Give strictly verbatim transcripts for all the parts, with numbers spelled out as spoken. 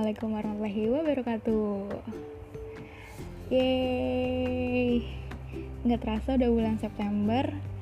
Assalamualaikum warahmatullahi wabarakatuh. Yeay, nggak terasa udah bulan September.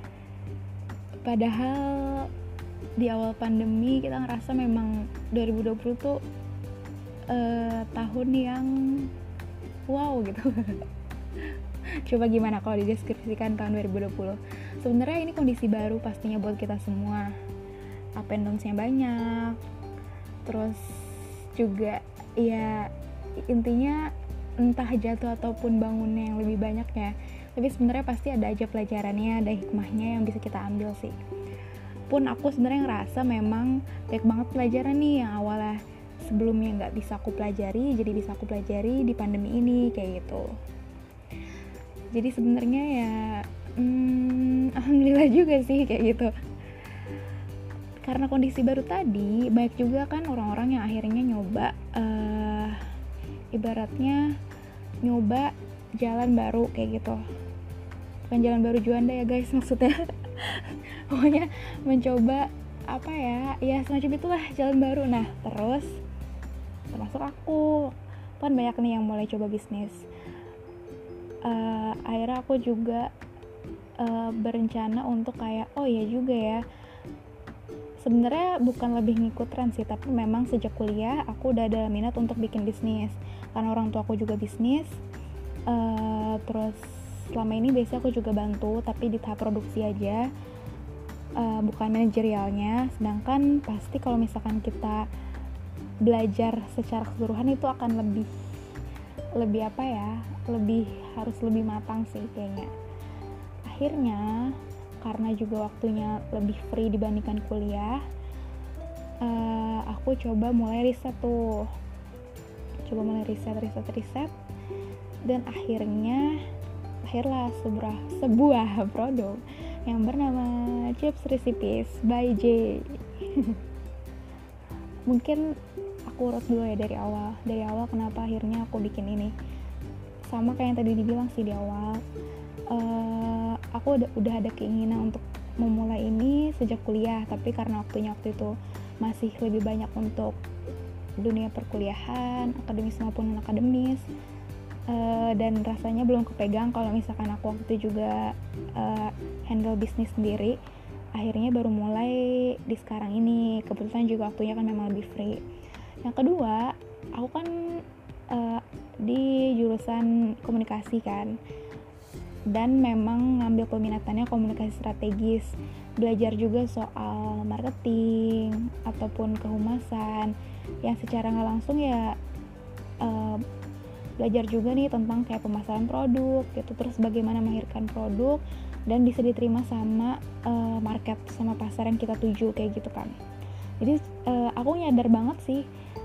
Padahal di awal pandemi kita ngerasa memang dua ribu dua puluh tuh uh, tahun yang wow gitu. Coba gimana kalau dideskripsikan tahun dua ribu dua puluh? Sebenarnya ini kondisi baru pastinya buat kita semua. Up and downs-nya banyak. Terus juga ya intinya entah jatuh ataupun bangunnya yang lebih banyak ya, tapi sebenarnya pasti ada aja pelajarannya, ada hikmahnya yang bisa kita ambil sih. Pun aku sebenarnya ngerasa memang banyak banget pelajaran nih yang awalnya sebelumnya nggak bisa aku pelajari jadi bisa aku pelajari di pandemi ini kayak gitu. Jadi sebenarnya ya hmm, alhamdulillah juga sih kayak gitu. Karena kondisi baru tadi, banyak juga kan orang-orang yang akhirnya nyoba uh, ibaratnya nyoba jalan baru kayak gitu. Bukan jalan baru Juanda ya guys, maksudnya pokoknya mencoba apa ya, ya semacam itulah jalan baru. Nah terus termasuk aku, kan banyak nih yang mulai coba bisnis. uh, Akhirnya aku juga uh, berencana untuk kayak, oh iya juga ya, sebenarnya bukan lebih ngikut tren sih, tapi memang sejak kuliah aku udah ada minat untuk bikin bisnis karena orang tua aku juga bisnis. Uh, terus selama ini biasanya aku juga bantu tapi di tahap produksi aja, uh, bukan manajerialnya. Sedangkan pasti kalau misalkan kita belajar secara keseluruhan itu akan lebih lebih apa ya, lebih harus lebih matang sih kayaknya. Akhirnya karena juga waktunya lebih free dibandingkan kuliah, uh, aku coba mulai riset tuh coba mulai riset riset riset dan akhirnya lahirlah sebuah sebuah produk yang bernama Chips Recipes by J. Mungkin aku urut dulu ya dari awal dari awal kenapa akhirnya aku bikin ini. Sama kayak yang tadi dibilang sih di awal, Uh, aku udah, udah ada keinginan untuk memulai ini sejak kuliah, tapi karena waktunya waktu itu masih lebih banyak untuk dunia perkuliahan, akademis maupun non-akademis, uh, dan rasanya belum kepegang kalau misalkan aku waktu itu juga uh, handle bisnis sendiri. Akhirnya baru mulai di sekarang ini, kebetulan juga waktunya kan memang lebih free. Yang kedua, aku kan uh, di jurusan komunikasi kan, dan memang ngambil peminatannya komunikasi strategis, belajar juga soal marketing ataupun kehumasan yang secara nggak langsung ya uh, belajar juga nih tentang kayak pemasaran produk gitu, terus bagaimana melahirkan produk dan bisa diterima sama uh, market, sama pasar yang kita tuju kayak gitu kan. Jadi uh, aku nyadar banget sih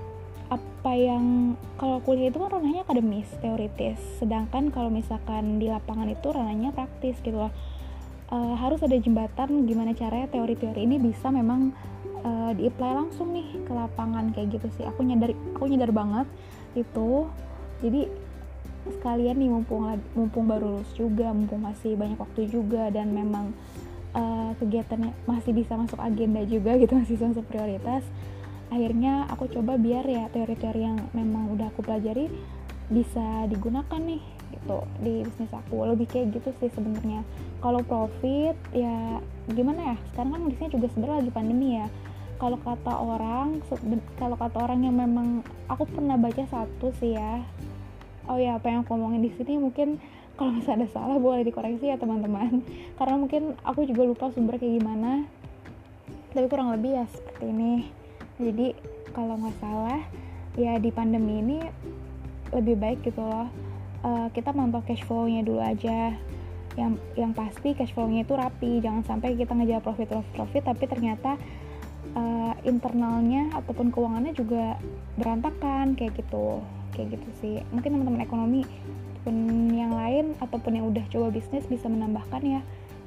apa yang kalau kuliah itu kan ranahnya akademis, teoritis, sedangkan kalau misalkan di lapangan itu ranahnya praktis gitu loh. E, harus ada jembatan gimana caranya teori-teori ini bisa memang e, di-apply langsung nih ke lapangan kayak gitu sih. Aku nyadar aku nyadar banget itu. Jadi sekalian nih mumpung mumpung baru lulus juga, mumpung masih banyak waktu juga dan memang e, kegiatannya masih bisa masuk agenda juga gitu, masih masuk prioritas. Akhirnya aku coba biar ya teori-teori yang memang udah aku pelajari bisa digunakan nih gitu di bisnis aku. Lebih kayak gitu sih sebenarnya. Kalau profit ya gimana ya, sekarang kan kondisinya juga sebenarnya lagi pandemi ya. Kalau kata orang kalau kata orang yang memang, aku pernah baca satu sih ya. Oh ya, apa yang aku ngomongin di sini mungkin kalau misalnya ada salah boleh dikoreksi ya teman-teman. Karena mungkin aku juga lupa sumber kayak gimana. Tapi kurang lebih ya seperti ini. Jadi kalau nggak salah ya di pandemi ini lebih baik gitu loh, uh, kita mantau cash flow-nya dulu aja. Yang yang pasti cash flow-nya itu rapi, jangan sampai kita ngejar profit profit profit tapi ternyata uh, internalnya ataupun keuangannya juga berantakan kayak gitu kayak gitu sih. Mungkin teman-teman ekonomi ataupun yang lain ataupun yang udah coba bisnis bisa menambahkan ya.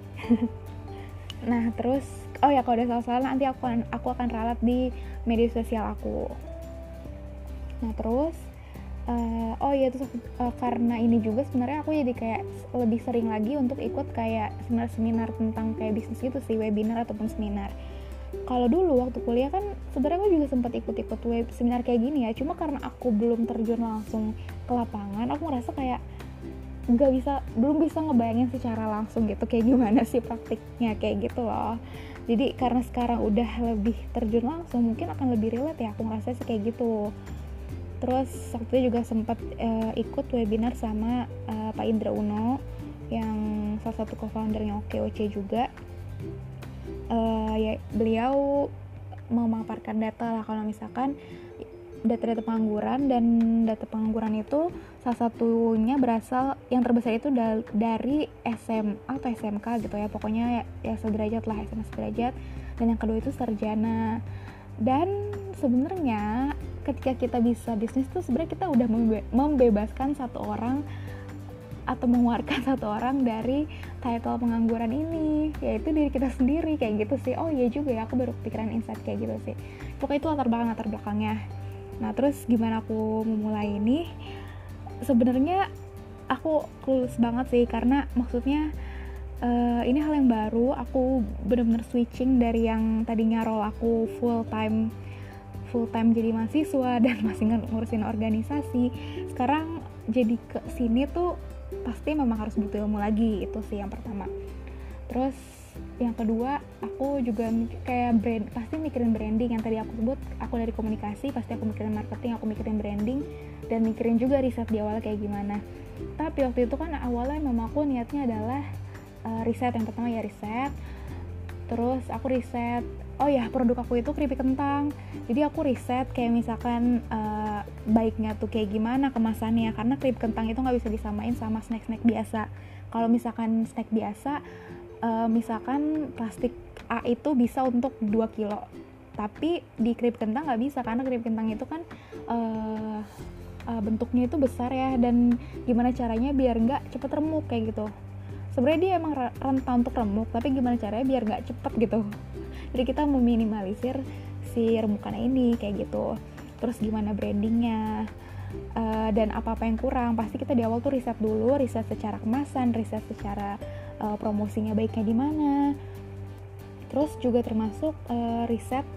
Nah terus, oh ya kalau udah salah-salah nanti aku akan, aku akan ralat di media sosial aku. Nah terus, uh, oh iya terus uh, karena ini juga sebenarnya aku jadi kayak lebih sering lagi untuk ikut kayak seminar-seminar tentang kayak bisnis gitu sih, webinar ataupun seminar. Kalau dulu waktu kuliah kan sebenarnya aku juga sempat ikut-ikut web seminar kayak gini ya, cuma karena aku belum terjun langsung ke lapangan, aku ngerasa kayak nggak bisa, belum bisa ngebayangin secara langsung gitu kayak gimana sih praktiknya kayak gitu loh. Jadi karena sekarang udah lebih terjun langsung, mungkin akan lebih relate ya, aku ngerasa sih kayak gitu. Terus waktu itu juga sempat uh, ikut webinar sama uh, Pak Indra Uno yang salah satu co-foundernya O K O C juga. Uh, ya beliau memaparkan data lah, kalau misalkan data-data pengangguran, dan data pengangguran itu salah satunya berasal, yang terbesar itu da- dari S M A atau S M K gitu ya, pokoknya ya, ya sederajat lah, S M A sederajat, dan yang kedua itu sarjana. Dan sebenarnya ketika kita bisa bisnis tuh sebenarnya kita udah membe- membebaskan satu orang atau mengeluarkan satu orang dari title pengangguran ini, yaitu diri kita sendiri kayak gitu sih. Oh iya juga ya, aku baru kepikiran insight kayak gitu sih. Pokoknya itu latar belakang latar belakangnya. Nah terus gimana aku memulai ini? Sebenarnya aku clueless banget sih, karena maksudnya uh, ini hal yang baru. Aku benar-benar switching dari yang tadinya role aku full time full time jadi mahasiswa dan masih ngurusin organisasi, sekarang jadi ke sini tuh pasti memang harus butuh ilmu lagi. Itu sih yang pertama. Terus yang kedua, aku juga kayak brand, pasti mikirin branding. Yang tadi aku sebut, aku dari komunikasi, pasti aku mikirin marketing, aku mikirin branding, dan mikirin juga riset di awal kayak gimana. Tapi waktu itu kan awalnya memang aku niatnya adalah uh, riset. Yang pertama ya riset. Terus aku riset, oh ya produk aku itu keripik kentang. Jadi aku riset kayak misalkan uh, baiknya tuh kayak gimana kemasannya, karena keripik kentang itu nggak bisa disamain sama snack-snack biasa. Kalau misalkan snack biasa, uh, misalkan plastik A itu bisa untuk dua kilo, tapi di keripik kentang nggak bisa, karena keripik kentang itu kan uh, uh, bentuknya itu besar ya, dan gimana caranya biar nggak cepet remuk kayak gitu. Sebenarnya dia emang rentan untuk remuk, tapi gimana caranya biar nggak cepet gitu. Jadi kita meminimalisir si remukannya ini kayak gitu. Terus gimana brandingnya, uh, dan apa-apa yang kurang, pasti kita di awal tuh riset dulu, riset secara kemasan, riset secara uh, promosinya baiknya di mana. Terus juga termasuk uh, riset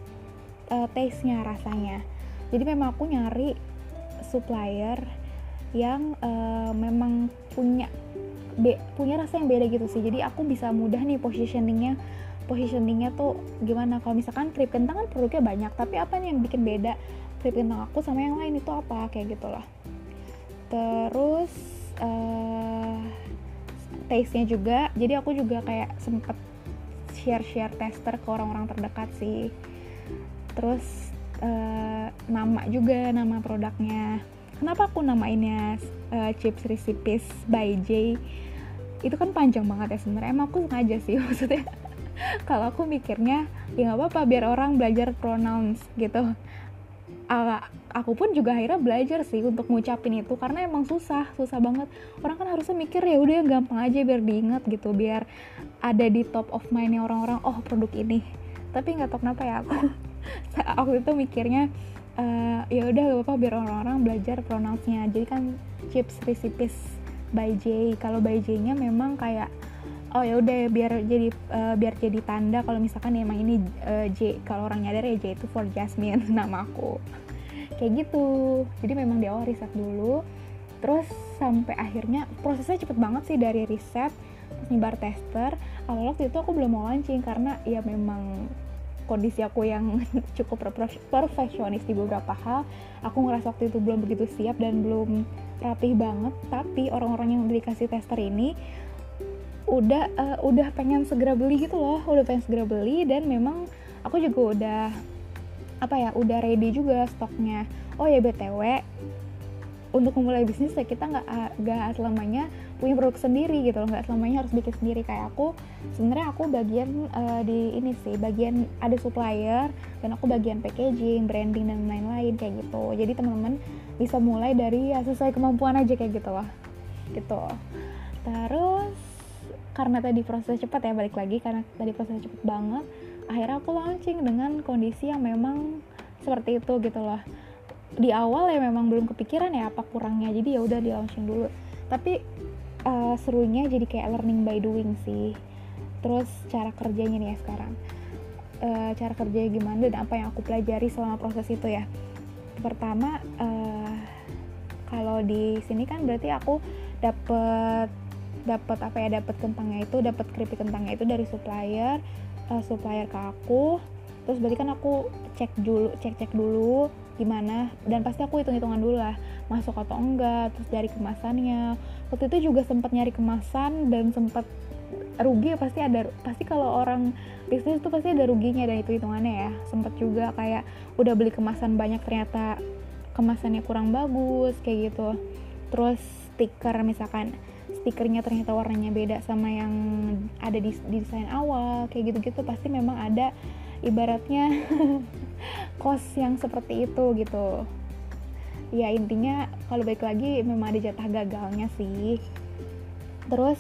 uh, taste-nya, rasanya. Jadi memang aku nyari supplier yang uh, memang punya Be, punya rasa yang beda gitu sih. Jadi aku bisa mudah nih positioningnya positioningnya tuh gimana. Kalau misalkan keripik kentang kan produknya banyak, tapi apa nih yang bikin beda keripik kentang aku sama yang lain itu apa, kayak gitu lah. Terus uh, taste-nya juga, jadi aku juga kayak sempet share-share tester ke orang-orang terdekat sih. Terus uh, nama juga, nama produknya. Kenapa aku namainnya uh, Chips Recipes by J? Itu kan panjang banget ya sebenarnya. Emang aku sengaja sih maksudnya. Kalau aku mikirnya ya nggak apa-apa biar orang belajar pronouns gitu. Uh, aku pun juga akhirnya belajar sih untuk ngucapin itu, karena emang susah, susah banget. Orang kan harusnya mikir ya udah gampang aja biar diingat gitu, biar ada di top of mind-nya orang-orang. Oh produk ini. Tapi nggak tahu kenapa ya aku. Aku itu mikirnya Uh, ya udah gak apa-apa biar orang-orang belajar pronounce-nya. Jadi kan Chips Recipes by J. Kalau by J-nya memang kayak oh ya udah biar jadi uh, biar jadi tanda kalau misalkan emang ini uh, J. Kalau orang nyadar ya J itu for Jasmine nama aku. Kayak gitu. Jadi memang di awal riset dulu. Terus sampai akhirnya prosesnya cepet banget sih, dari riset terus nyebar tester. Awal waktu itu aku belum mau launching karena ya memang kondisi aku yang cukup perfeksionis di beberapa hal. Aku ngerasa waktu itu belum begitu siap dan belum rapih banget. Tapi orang-orang yang dikasih tester ini udah uh, udah pengen segera beli gitu loh, udah pengen segera beli, dan memang aku juga udah apa ya, udah ready juga stoknya. Oh ya B T W, untuk memulai bisnis ya kita nggak nggak selamanya punya produk sendiri gitu loh, nggak selamanya harus bikin sendiri. Kayak aku sebenarnya aku bagian uh, di ini sih, bagian ada supplier, dan aku bagian packaging, branding dan lain-lain kayak gitu. Jadi teman-teman bisa mulai dari ya sesuai kemampuan aja kayak gitu loh, gitu. Terus karena tadi proses cepat ya, balik lagi karena tadi proses cepet banget, akhirnya aku launching dengan kondisi yang memang seperti itu gitu loh. Di awal ya memang belum kepikiran ya apa kurangnya, jadi ya udah di launching dulu. Tapi uh, serunya jadi kayak learning by doing sih. Terus cara kerjanya nih ya sekarang, uh, cara kerjanya gimana dan apa yang aku pelajari selama proses itu ya. Pertama, uh, kalau di sini kan berarti aku dapet dapat apa ya dapat kentangnya itu dapat keripik kentangnya itu dari supplier uh, supplier ke aku. Terus berarti kan aku cek dulu cek cek dulu gimana, dan pasti aku hitung hitungan dulu lah masuk atau enggak. Terus dari kemasannya, waktu itu juga sempat nyari kemasan dan sempat rugi. Pasti ada pasti kalau orang bisnis tuh pasti ada ruginya dan itu hitungannya ya. Sempat juga kayak udah beli kemasan banyak ternyata kemasannya kurang bagus kayak gitu. Terus stiker, misalkan stikernya ternyata warnanya beda sama yang ada di, di desain awal kayak gitu-gitu, pasti memang ada ibaratnya cost yang seperti itu gitu ya. Intinya kalau balik lagi memang ada jatah gagalnya sih. Terus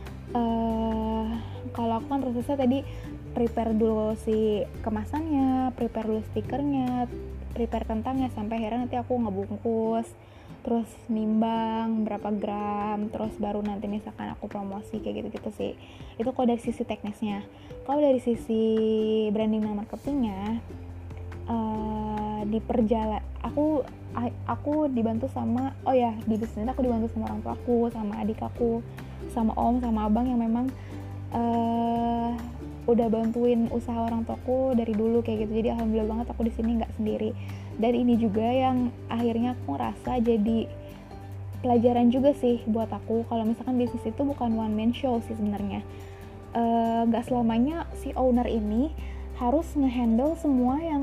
uh, kalau aku kan prosesnya tadi prepare dulu si kemasannya, prepare dulu stikernya, prepare kentangnya sampai akhirnya nanti aku ngebungkus, terus nimbang berapa gram, terus baru nanti misalkan aku promosi kayak gitu-gitu sih. Itu kalau dari sisi teknisnya. Kalau dari sisi branding dan marketingnya, uh, di perjalanan aku aku dibantu sama oh ya di bisnis aku dibantu sama orang tuaku, sama adik aku, sama om, sama abang yang memang uh, udah bantuin usaha orang tuaku dari dulu kayak gitu. Jadi alhamdulillah banget aku di sini nggak sendiri. Dan ini juga yang akhirnya aku ngerasa jadi pelajaran juga sih buat aku. Kalau misalkan bisnis itu bukan one man show sih sebenarnya. Nggak uh, selamanya si owner ini harus ngehandle semua yang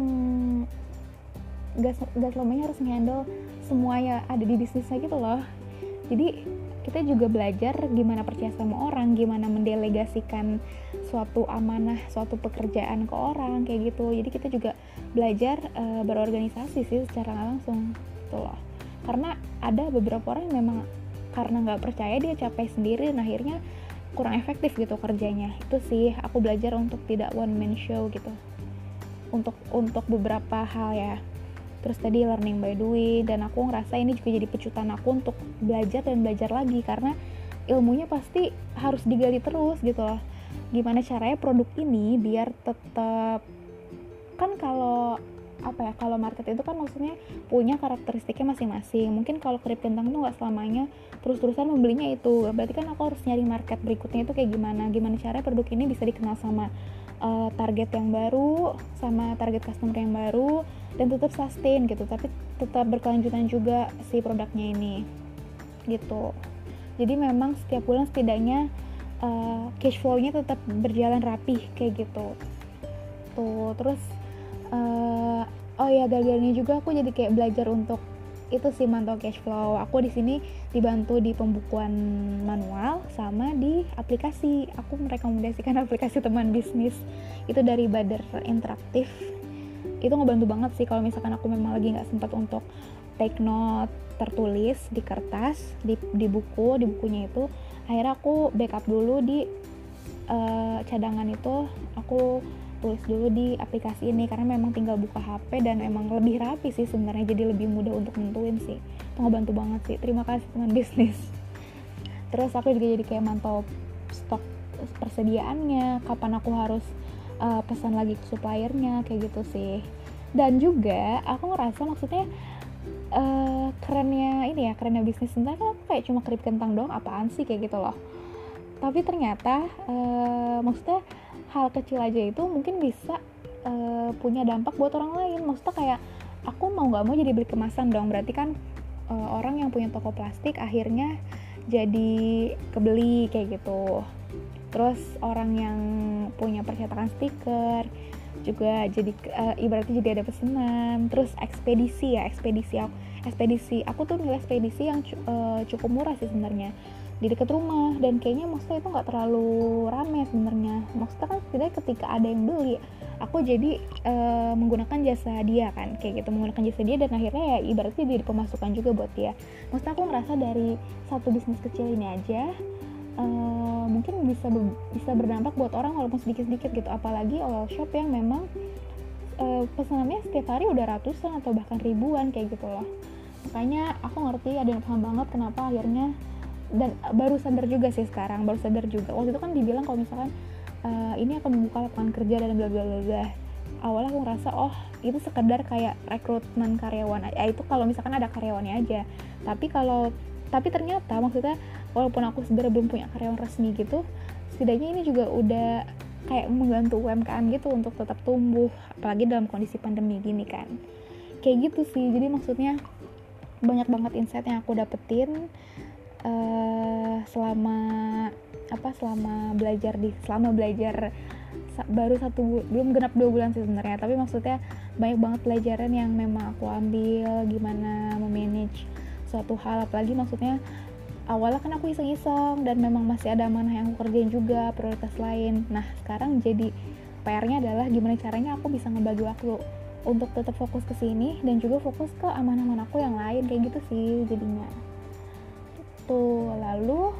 nggak nggak selamanya harus ngehandle semua yang ada di bisnisnya gitu loh. Jadi kita juga belajar gimana percaya sama orang, gimana mendelegasikan suatu amanah, suatu pekerjaan ke orang kayak gitu. Jadi kita juga belajar uh, berorganisasi sih secara nggak langsung gitu loh. Karena ada beberapa orang yang memang karena nggak percaya dia capek sendiri dan akhirnya kurang efektif gitu kerjanya. Itu sih aku belajar untuk tidak one man show gitu. Untuk untuk beberapa hal ya. Terus tadi learning by doing, dan aku ngerasa ini juga jadi pecutan aku untuk belajar dan belajar lagi karena ilmunya pasti harus digali terus gitu loh. Gimana caranya produk ini biar tetap, kan kalau apa ya, kalau market itu kan maksudnya punya karakteristiknya masing-masing. Mungkin kalau keripik kentang tuh nggak selamanya terus-terusan membelinya itu, berarti kan aku harus nyari market berikutnya itu kayak gimana. Gimana caranya produk ini bisa dikenal sama uh, target yang baru, sama target customer yang baru, dan tetap sustain gitu, tapi tetap berkelanjutan juga si produknya ini gitu. Jadi memang setiap bulan setidaknya uh, cash flow-nya tetap berjalan rapih kayak gitu tuh. Terus uh, oh ya gara-gara ini juga aku jadi kayak belajar untuk itu sih mantau cash flow. Aku di sini dibantu di pembukuan manual sama di aplikasi. Aku merekomendasikan aplikasi teman bisnis itu dari Bader Interaktif. Itu ngebantu banget sih kalau misalkan aku memang lagi nggak sempat untuk take note tertulis di kertas, di, di buku, di bukunya itu. Akhirnya aku backup dulu di uh, cadangan itu, aku tulis dulu di aplikasi ini karena memang tinggal buka H P dan memang lebih rapi sih sebenarnya, jadi lebih mudah untuk nentuin sih. Itu ngebantu banget sih. Terima kasih teman bisnis. Terus aku juga jadi kayak mantau stok persediaannya, kapan aku harus uh, pesan lagi ke suppliernya kayak gitu sih. Dan juga aku ngerasa maksudnya uh, kerennya ini ya, kerennya bisnis sebenarnya kan aku kayak cuma keripik kentang doang, apaan sih kayak gitu loh. Tapi ternyata uh, maksudnya hal kecil aja itu mungkin bisa uh, punya dampak buat orang lain. Maksudnya kayak aku mau nggak mau jadi beli kemasan dong, berarti kan uh, orang yang punya toko plastik akhirnya jadi kebeli kayak gitu. Terus orang yang punya percetakan stiker juga jadi uh, ibaratnya jadi ada pesanan. Terus ekspedisi ya, ekspedisi aku, ekspedisi aku tuh milih ekspedisi yang cu- uh, cukup murah sih sebenarnya, di dekat rumah, dan kayaknya maksudnya itu nggak terlalu rame sebenarnya. Maksudnya kan setidaknya ketika ada yang beli, aku jadi uh, menggunakan jasa dia kan, kayak gitu, menggunakan jasa dia, dan akhirnya ya ibaratnya jadi pemasukan juga buat dia. Maksudnya aku ngerasa dari satu bisnis kecil ini aja uh, mungkin bisa ber- bisa berdampak buat orang walaupun sedikit-sedikit gitu. Apalagi oil shop yang memang uh, pesanannya setiap hari udah ratusan atau bahkan ribuan kayak gitu loh. Makanya aku ngerti, ada yang paham banget kenapa akhirnya, dan baru sadar juga sih sekarang, baru sadar juga. Waktu itu kan dibilang kalau misalkan uh, ini akan membuka lapangan kerja dan bla bla bla bla. Awalnya aku ngerasa oh itu sekedar kayak rekrutmen karyawan, ya itu kalau misalkan ada karyawannya aja. Tapi kalau tapi ternyata maksudnya walaupun aku sebenarnya belum punya karyawan resmi gitu, setidaknya ini juga udah kayak membantu U M K M gitu untuk tetap tumbuh, apalagi dalam kondisi pandemi gini kan. Kayak gitu sih. Jadi maksudnya banyak banget insight yang aku dapetin uh, selama apa selama belajar di selama belajar baru satu belum genap dua bulan sih sebenarnya, tapi maksudnya banyak banget pelajaran yang memang aku ambil gimana memanage suatu hal, apalagi maksudnya awalnya kan aku iseng-iseng dan memang masih ada amanah yang aku kerjain juga, prioritas lain. Nah sekarang jadi P R-nya adalah gimana caranya aku bisa ngebagi waktu untuk tetap fokus ke sini dan juga fokus ke amanah-amanah aku yang lain, kayak gitu sih jadinya. Tuh lalu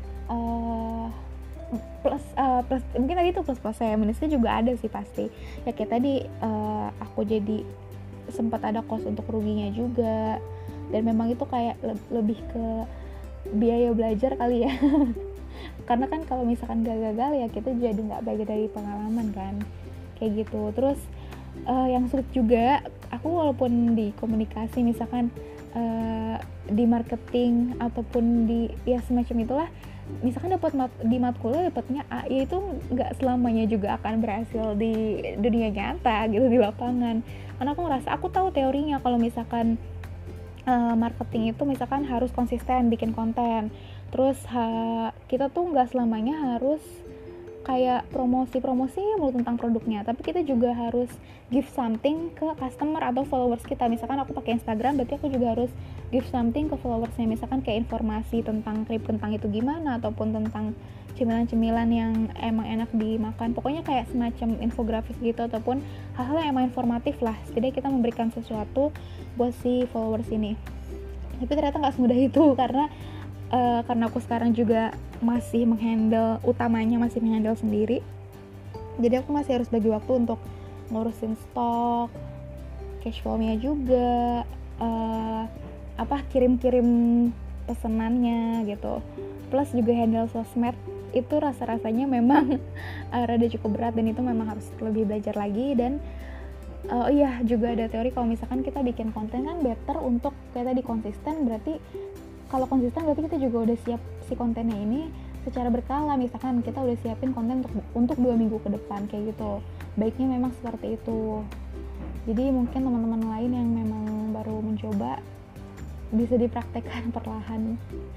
uh, plus uh, plus mungkin tadi tuh plus plusnya, minusnya juga ada sih pasti. Ya kayak tadi uh, aku jadi sempat ada cost untuk ruginya juga, dan memang itu kayak le- lebih ke biaya belajar kali ya. Karena kan kalau misalkan gagal-gagal ya kita jadi nggak belajar dari pengalaman kan, kayak gitu. Terus uh, yang sulit juga aku walaupun di komunikasi misalkan uh, di marketing ataupun di ya semacam itulah, misalkan dapat mat- di matkulnya dapatnya A, ya itu nggak selamanya juga akan berhasil di dunia nyata gitu, di lapangan. Karena aku ngerasa aku tahu teorinya kalau misalkan uh, marketing itu misalkan harus konsisten bikin konten, terus ha, kita tuh nggak selamanya harus kayak promosi-promosi mulu tentang produknya, tapi kita juga harus give something ke customer atau followers kita. Misalkan aku pakai Instagram, berarti aku juga harus give something ke followersnya, misalkan kayak informasi tentang keripik kentang itu gimana, ataupun tentang cemilan-cemilan yang emang enak dimakan, pokoknya kayak semacam infografis gitu, ataupun hal-hal yang emang informatif lah. Setidaknya kita memberikan sesuatu buat si followers ini. Tapi ternyata nggak semudah itu, karena Uh, karena aku sekarang juga masih menghandle, utamanya masih menghandle sendiri, jadi aku masih harus bagi waktu untuk ngurusin stok, cash flow-nya juga, uh, apa kirim-kirim pesenannya gitu, plus juga handle sosmed. Itu rasa-rasanya memang uh, rada cukup berat, dan itu memang harus lebih belajar lagi. Dan uh, oh iya juga ada teori kalau misalkan kita bikin konten kan better untuk kayak tadi konsisten. Berarti kalau konsisten berarti kita juga udah siap si kontennya ini secara berkala. Misalkan kita udah siapin konten untuk untuk dua minggu ke depan, kayak gitu. Baiknya memang seperti itu. Jadi mungkin teman-teman lain yang memang baru mencoba bisa dipraktekkan perlahan,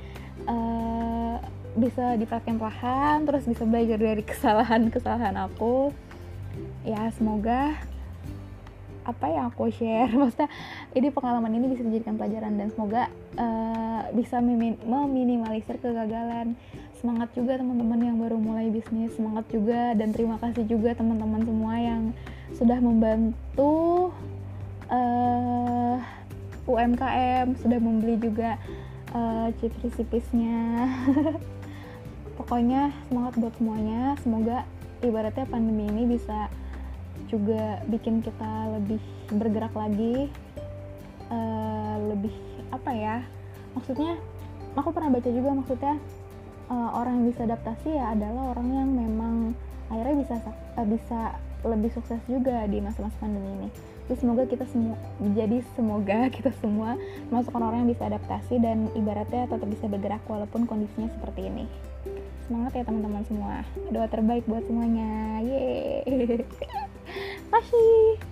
uh, bisa dipraktekkan perlahan, terus bisa belajar dari kesalahan-kesalahan aku. Ya semoga apa yang aku share, maksudnya ini pengalaman ini bisa dijadikan pelajaran, dan semoga uh, bisa minim- meminimalisir kegagalan. Semangat juga teman-teman yang baru mulai bisnis, semangat juga, dan terima kasih juga teman-teman semua yang sudah membantu uh, U M K M, sudah membeli juga uh, chips recipisnya. Pokoknya semangat buat semuanya. Semoga ibaratnya pandemi ini bisa juga bikin kita lebih bergerak lagi, uh, lebih apa ya, maksudnya aku pernah baca juga, maksudnya uh, orang yang bisa adaptasi ya adalah orang yang memang akhirnya bisa uh, bisa lebih sukses juga di masa-masa pandemi ini. Jadi semoga kita semua jadi semoga kita semua termasuk orang-orang yang bisa adaptasi dan ibaratnya tetap bisa bergerak walaupun kondisinya seperti ini. Semangat ya teman-teman semua, doa terbaik buat semuanya. Yeay. Makasih.